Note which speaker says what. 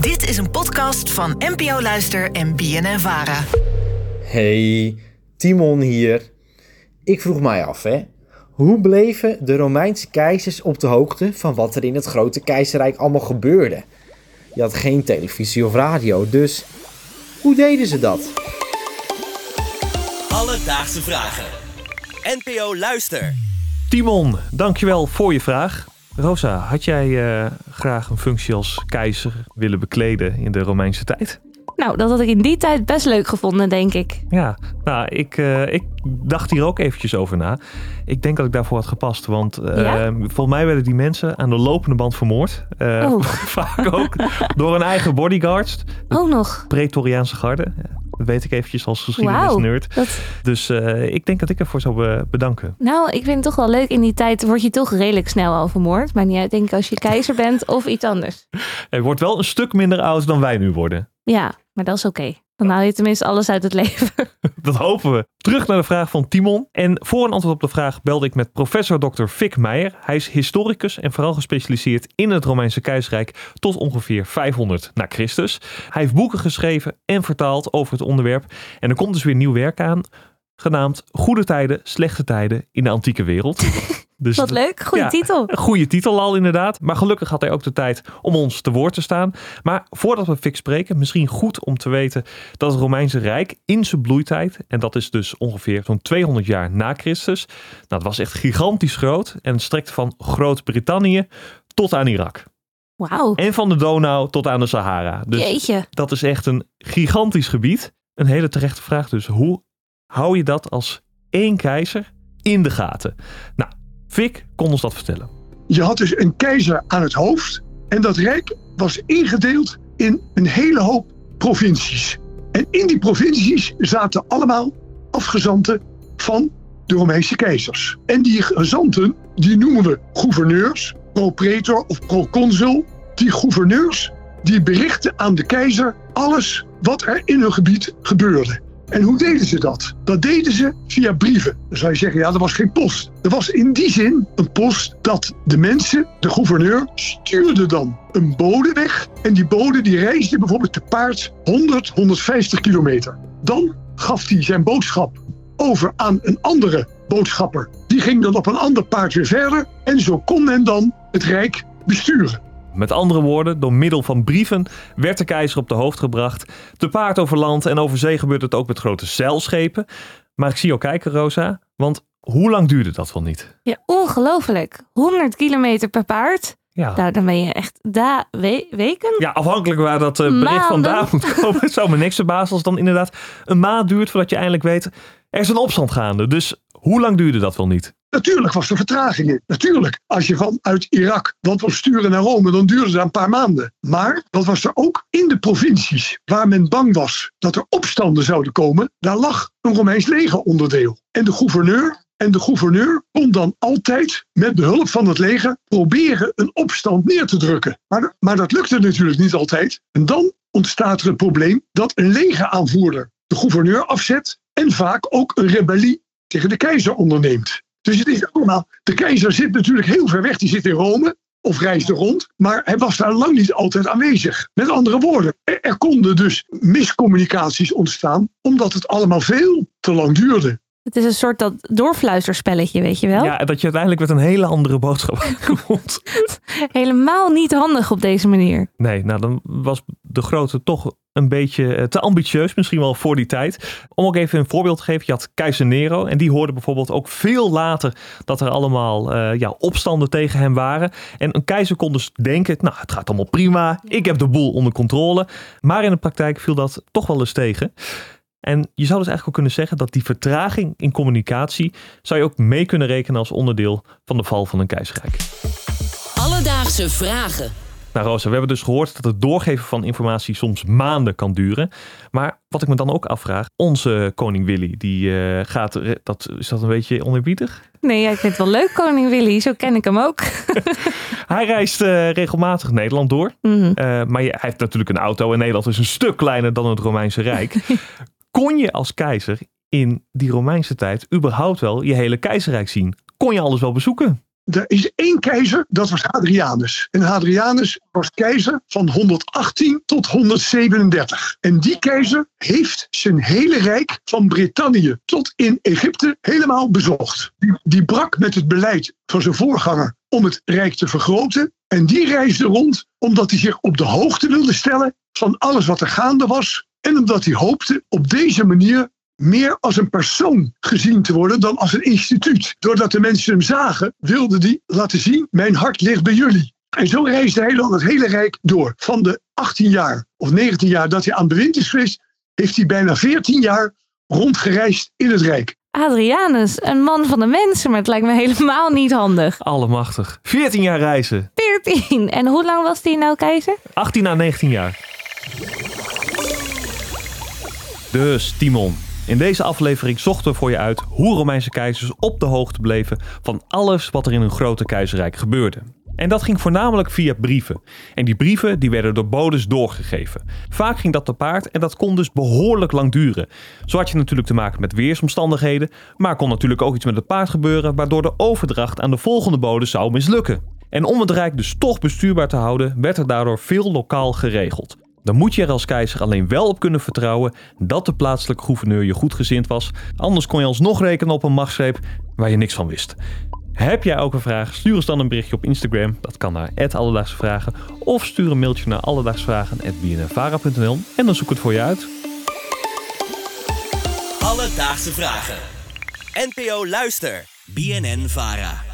Speaker 1: Dit is een podcast van NPO Luister en BNN-Vara.
Speaker 2: Hey, Timon hier. Ik vroeg mij af, hoe bleven de Romeinse keizers op de hoogte van wat er in het grote keizerrijk allemaal gebeurde? Je had geen televisie of radio, dus hoe deden ze dat?
Speaker 3: Alledaagse vragen. NPO Luister.
Speaker 4: Timon, dankjewel voor je vraag. Rosa, had jij graag een functie als keizer willen bekleden in de Romeinse tijd?
Speaker 5: Nou, dat had ik in die tijd best leuk gevonden, denk ik.
Speaker 4: Ja, nou, ik dacht hier ook eventjes over na. Ik denk dat ik daarvoor had gepast, want volgens mij werden die mensen aan de lopende band vermoord. Vaak ook door hun eigen bodyguards.
Speaker 5: Nog.
Speaker 4: Praetoriaanse garde. Dat weet ik eventjes als geschiedenisnerd.
Speaker 5: Wow,
Speaker 4: Dus ik denk dat ik ervoor zou bedanken.
Speaker 5: Nou, ik vind het toch wel leuk. In die tijd word je toch redelijk snel al vermoord. Maar niet uit, denk ik, als je keizer bent of iets anders.
Speaker 4: Hij wordt wel een stuk minder oud dan wij nu worden.
Speaker 5: Ja, maar dat is oké. Dan haal je tenminste alles uit het leven.
Speaker 4: Dat hopen we. Terug naar de vraag van Timon. En voor een antwoord op de vraag belde ik met professor Dr. Fik Meijer. Hij is historicus en vooral gespecialiseerd in het Romeinse keizerrijk tot ongeveer 500 na Christus. Hij heeft boeken geschreven en vertaald over het onderwerp. En er komt dus weer nieuw werk aan, genaamd Goede tijden, slechte tijden in de antieke wereld. Dus
Speaker 5: wat leuk, goede titel.
Speaker 4: Een goede titel al inderdaad. Maar gelukkig had hij ook de tijd om ons te woord te staan. Maar voordat we Fik spreken, misschien goed om te weten dat het Romeinse Rijk in zijn bloeitijd, en dat is dus ongeveer zo'n 200 jaar na Christus, nou, het was echt gigantisch groot en het strekte van Groot-Brittannië tot aan Irak.
Speaker 5: Wauw.
Speaker 4: En van de Donau tot aan de Sahara. Dus
Speaker 5: Jeetje.
Speaker 4: Dat is echt een gigantisch gebied. Een hele terechte vraag dus. Hoe hou je dat als één keizer in de gaten? Nou, Fik kon ons dat vertellen.
Speaker 6: Je had dus een keizer aan het hoofd. En dat rijk was ingedeeld in een hele hoop provincies. En in die provincies zaten allemaal afgezanten van de Romeinse keizers. En die gezanten, die noemen we gouverneurs, propraetor of proconsul. Die gouverneurs, die berichten aan de keizer alles wat er in hun gebied gebeurde. En hoe deden ze dat? Dat deden ze via brieven. Dan zou je zeggen, ja, dat was geen post. Er was in die zin een post dat de mensen, de gouverneur, stuurde dan een bode weg. En die bode die reisde bijvoorbeeld te paard 150 kilometer. Dan gaf hij zijn boodschap over aan een andere boodschapper. Die ging dan op een ander paard weer verder. En zo kon men dan het rijk besturen.
Speaker 4: Met andere woorden, door middel van brieven werd de keizer op de hoofd gebracht. Te paard over land en over zee gebeurde het ook met grote zeilschepen. Maar ik zie jou kijken, Rosa, want hoe lang duurde dat wel niet?
Speaker 5: Ja, ongelooflijk. 100 kilometer per paard.
Speaker 4: Ja.
Speaker 5: Nou, dan ben je echt weken?
Speaker 4: Ja, afhankelijk waar dat bericht vandaan moet komen. Het zou me niks verbazen als het dan inderdaad een maand duurt voordat je eindelijk weet, er is een opstand gaande. Dus hoe lang duurde dat wel niet?
Speaker 6: Natuurlijk was er vertraging in. Natuurlijk. Als je vanuit Irak wat wil sturen naar Rome, dan duurde dat een paar maanden. Maar dat was er ook in de provincies waar men bang was dat er opstanden zouden komen. Daar lag een Romeins legeronderdeel. En de gouverneur kon dan altijd met behulp van het leger proberen een opstand neer te drukken. Maar dat lukte natuurlijk niet altijd. En dan ontstaat er het probleem dat een legeraanvoerder de gouverneur afzet en vaak ook een rebellie tegen de keizer onderneemt. Dus het is allemaal, de keizer zit natuurlijk heel ver weg, die zit in Rome of reisde rond, maar hij was daar lang niet altijd aanwezig. Met andere woorden, er konden dus miscommunicaties ontstaan, omdat het allemaal veel te lang duurde.
Speaker 5: Het is een soort dat doorfluisterspelletje, weet je wel?
Speaker 4: Ja, dat je uiteindelijk met een hele andere boodschap komt.
Speaker 5: Helemaal niet handig op deze manier.
Speaker 4: Nee, nou dan was de grote toch een beetje te ambitieus, misschien wel voor die tijd. Om ook even een voorbeeld te geven, je had keizer Nero en die hoorde bijvoorbeeld ook veel later dat er allemaal opstanden tegen hem waren. En een keizer kon dus denken, nou het gaat allemaal prima, ik heb de boel onder controle. Maar in de praktijk viel dat toch wel eens tegen. En je zou dus eigenlijk ook kunnen zeggen dat die vertraging in communicatie zou je ook mee kunnen rekenen als onderdeel van de val van een keizerrijk.
Speaker 3: Alledaagse vragen.
Speaker 4: Nou Rosa, we hebben dus gehoord dat het doorgeven van informatie soms maanden kan duren. Maar wat ik me dan ook afvraag, onze koning Willy, die gaat, is dat een beetje oneerbiedig?
Speaker 5: Nee, ik vind het wel leuk, koning Willy. Zo ken ik hem ook.
Speaker 4: Hij reist regelmatig Nederland door.
Speaker 5: Mm-hmm.
Speaker 4: Maar hij heeft natuurlijk een auto en Nederland is een stuk kleiner dan het Romeinse Rijk. Kon je als keizer in die Romeinse tijd überhaupt wel je hele keizerrijk zien? Kon je alles wel bezoeken?
Speaker 6: Er is 1 keizer, dat was Hadrianus. En Hadrianus was keizer van 118 tot 137. En die keizer heeft zijn hele rijk van Brittannië tot in Egypte helemaal bezocht. Die brak met het beleid van zijn voorganger om het rijk te vergroten. En die reisde rond omdat hij zich op de hoogte wilde stellen van alles wat er gaande was. En omdat hij hoopte op deze manier meer als een persoon gezien te worden dan als een instituut. Doordat de mensen hem zagen, wilde hij laten zien, mijn hart ligt bij jullie. En zo reisde hij dan het hele rijk door. Van de 18 jaar of 19 jaar dat hij aan bewind is geweest, heeft hij bijna 14 jaar rondgereisd in het rijk.
Speaker 5: Adrianus, een man van de mensen, maar het lijkt me helemaal niet handig.
Speaker 4: Allemachtig. 14 jaar reizen.
Speaker 5: 14. En hoe lang was hij nou keizer?
Speaker 4: 18 à 19 jaar. Dus, Timon. In deze aflevering zochten we voor je uit hoe Romeinse keizers op de hoogte bleven van alles wat er in hun grote keizerrijk gebeurde. En dat ging voornamelijk via brieven. En die brieven die werden door bodes doorgegeven. Vaak ging dat te paard en dat kon dus behoorlijk lang duren. Zo had je natuurlijk te maken met weersomstandigheden, maar kon natuurlijk ook iets met het paard gebeuren waardoor de overdracht aan de volgende bode zou mislukken. En om het rijk dus toch bestuurbaar te houden, werd er daardoor veel lokaal geregeld. Dan moet je er als keizer alleen wel op kunnen vertrouwen dat de plaatselijke gouverneur je goedgezind was. Anders kon je alsnog rekenen op een machtsgreep waar je niks van wist. Heb jij ook een vraag? Stuur ons dan een berichtje op Instagram. Dat kan naar @alledaagsvragen. Of stuur een mailtje naar alledaagsvragen@bnnvara.nl en dan zoek ik het voor je uit.
Speaker 3: Alledaagse vragen. NPO Luister. BNN Vara.